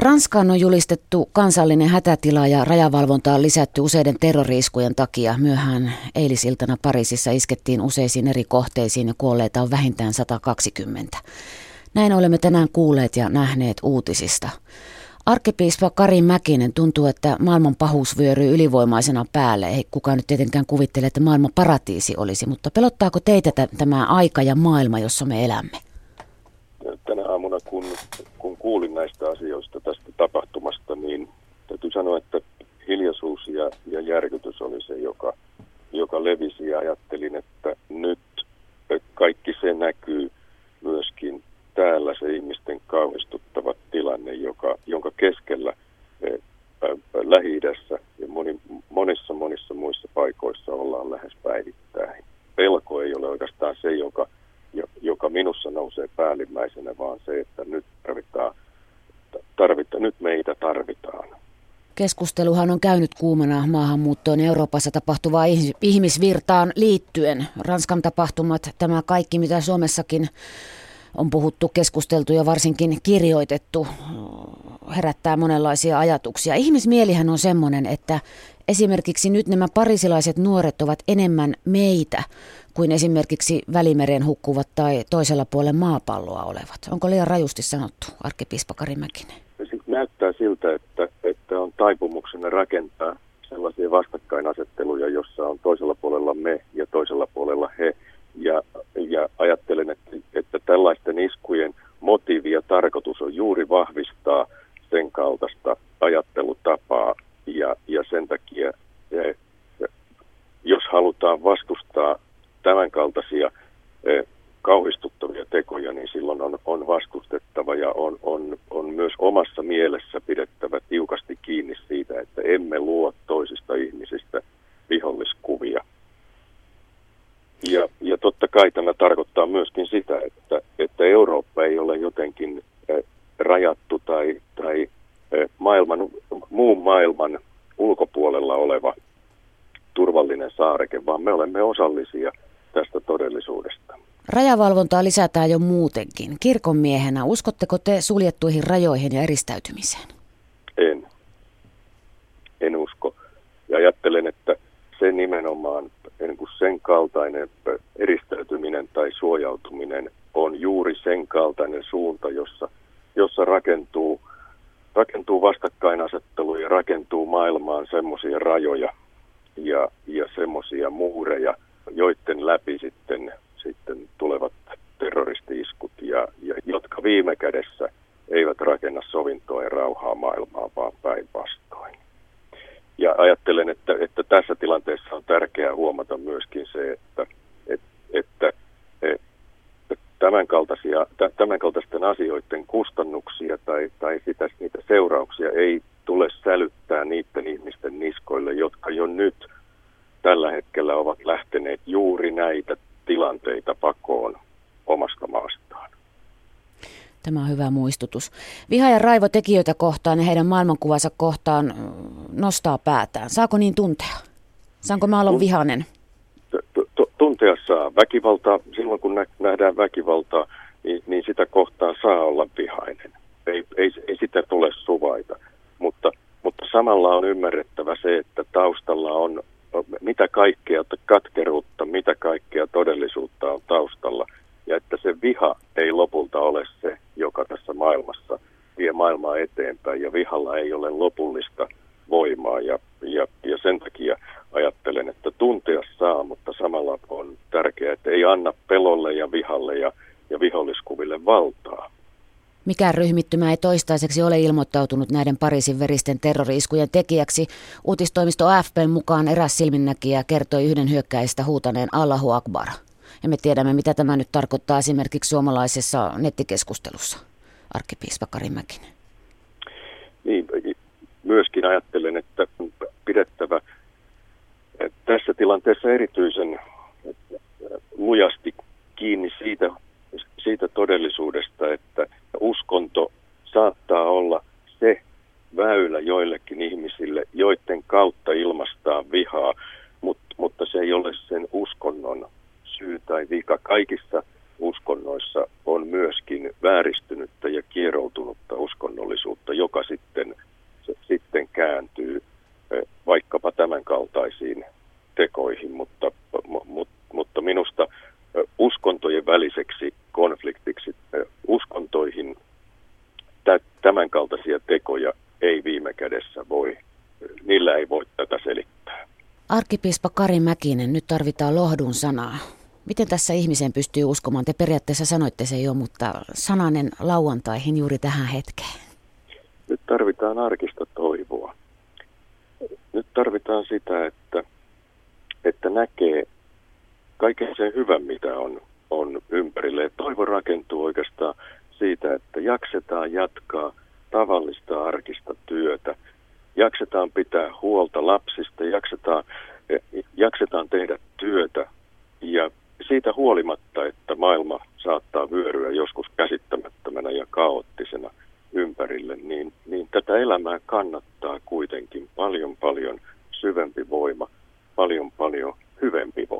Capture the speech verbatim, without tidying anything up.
Ranskaan on julistettu kansallinen hätätila ja rajavalvontaa on lisätty useiden terrori-iskujen takia. Myöhään eilisiltana Pariisissa iskettiin useisiin eri kohteisiin ja kuolleita on vähintään sata kaksikymmentä. Näin olemme tänään kuulleet ja nähneet uutisista. Arkkipiispa Kari Mäkinen, tuntuu, että maailman pahuus vyöryy ylivoimaisena päälle. Ei kukaan nyt tietenkään kuvittele, että maailman paratiisi olisi, mutta pelottaako teitä t- tämä aika ja maailma, jossa me elämme? Tänä aamuna, kun, kun kuulin näistä asioista tästä tapahtumasta, niin täytyy sanoa, että hiljaisuus ja, ja järkytys oli se, joka, joka levisi, ja ajattelin, että nyt kaikki se näkyy myöskin täällä, se ihmisten kauhistuttava tilanne, joka, jonka keskellä eh, Lähi-idässä ja moni, monissa monissa muissa paikoissa ollaan lähes päivittäin. Pelko ei ole oikeastaan se, joka, joka minussa nousee päällimmäisenä, vaan se, että nyt tarvitaan, tarvitaan, nyt meitä tarvitaan. Keskusteluhan on käynyt kuumana maahanmuuttoon Euroopassa tapahtuvaan ihmisvirtaan liittyen. Ranskan tapahtumat, tämä kaikki mitä Suomessakin on puhuttu, keskusteltu ja varsinkin kirjoitettu, herättää monenlaisia ajatuksia. Ihmismielihän on semmoinen, että esimerkiksi nyt nämä pariisilaiset nuoret ovat enemmän meitä kuin esimerkiksi Välimeren hukkuvat tai toisella puolella maapalloa olevat. Onko liian rajusti sanottu, arkkipiispa Kari Mäkinen? Näyttää siltä, että, että on taipumuksena rakentaa sellaisia vastakkainasetteluja, jossa on toisella puolella me ja toisella puolella he. Ja, ja ajattelen, että, että tällaisten iskujen motiivi ja tarkoitus on juuri vahvistaa sen kaltaista ajattelutapaa. Ja, ja sen takia, jos halutaan vastustaa tämän kaltaisia kauhistuttavia tekoja, niin silloin on, on vastustettava ja on, on, on myös omassa mielessä pidettävä tiukasti kiinni siitä, että emme luo toisista ihmisistä viholliskuvia. Ja, ja totta kai tämä tarkoittaa myöskin sitä, että, että Eurooppa ei ole jotenkin äh, rajattu tai, tai äh, maailman, muun maailman ulkopuolella oleva turvallinen saareke, vaan me olemme osallisia tästä todellisuudesta. Rajavalvontaa lisätään jo muutenkin. Kirkonmiehenä, uskotteko te suljettuihin rajoihin ja eristäytymiseen? En. En usko. Ja ajattelen, että se nimenomaan niin kuin sen kaltainen eristäytyminen tai suojautuminen on juuri sen kaltainen suunta, jossa, jossa rakentuu, rakentuu vastakkainasettelu ja rakentuu maailmaan semmoisia rajoja ja, ja semmoisia muureja, joiden läpi sitten, sitten tulevat terroristi-iskut, ja, ja jotka viime kädessä eivät rakenna sovintoa ja rauhaa maailmaa, vaan päinvastoin. Ja ajattelen, että, että tässä tilanteessa on tärkeää huomata myöskin se, että, että, että, että tämänkaltaisia, tämänkaltaisten asioiden kustannuksia tai, tai sitä, niitä seurauksia ei tule sälyttää niiden ihmisten niskoille, jotka jo nyt tällä hetkellä ovat lähteneet juuri näitä tilanteita pakoon omasta maastaan. Tämä on hyvä muistutus. Viha ja raivo tekijöitä kohtaan ja heidän maailmankuvansa kohtaan nostaa päätään. Saako niin tuntea? Saanko mä olla vihainen? Tuntea saa. Väkivaltaa, silloin kun nähdään väkivaltaa, niin, niin sitä kohtaan saa olla vihainen. Ei, ei, ei sitä tule suvaita. Mutta, mutta samalla on ymmärrettävä se, että taustalla on mitä kaikkea katkeruutta, mitä kaikkea todellisuutta on taustalla. Ja että se viha ei lopulta ole se, joka tässä maailmassa vie maailmaa eteenpäin. Ja vihalla ei ole lopullista voimaa. Ja, ja, ja sen takia ajattelen, että tuntea saa, mutta samalla on tärkeää, että ei anna pelolle ja vihalle ja, ja viholliskuville valtaa. Mikään ryhmittymä ei toistaiseksi ole ilmoittautunut näiden Pariisin veristen terrori-iskujen tekijäksi. Uutistoimisto A F P:n mukaan eräs silminnäkijä kertoi yhden hyökkäistä huutaneen Allahu Akbar. Ja me tiedämme, mitä tämä nyt tarkoittaa esimerkiksi suomalaisessa nettikeskustelussa. Arkkipiispa Kari Mäkinen. Niin, myöskin ajattelen, että pidettävä tässä tilanteessa erityisen lujasti kiinni siitä, siitä todellisuudesta, että uskonto saattaa olla se väylä joillekin ihmisille, joiden kautta ilmaistaan vihaa, mutta, mutta se ei ole sen uskonnon syy tai vika. Kaikissa uskonnoissa on myöskin vääristynyttä ja kieroutunutta uskonnollisuutta, joka sitten, se, sitten kääntyy vaikkapa tämän kaltaisiin tekoihin, mutta, mutta, mutta minusta uskontojen väliseksi konfliktiksi, uskontoihin tämän kaltaisia tekoja ei viime kädessä voi, niillä ei voi tätä selittää. Arkkipiispa Kari Mäkinen, nyt tarvitaan lohdun sanaa. Miten tässä ihmisen pystyy uskomaan? Te periaatteessa sanoitte se jo, mutta sananen lauantaihin juuri tähän hetkeen. Nyt tarvitaan arkista toivoa. Nyt tarvitaan sitä, että, että näkee kaiken sen hyvän, mitä on, on ympärille. Toivo rakentuu oikeastaan siitä, että jaksetaan jatkaa tavallista arkista työtä, jaksetaan pitää huolta lapsista, jaksetaan, jaksetaan tehdä työtä ja siitä huolimatta, että maailma saattaa vyöryä joskus käsittämättömänä ja kaoottisena ympärille, niin, niin tätä elämää kannattaa kuitenkin paljon paljon syvempi voima, paljon paljon hyvempi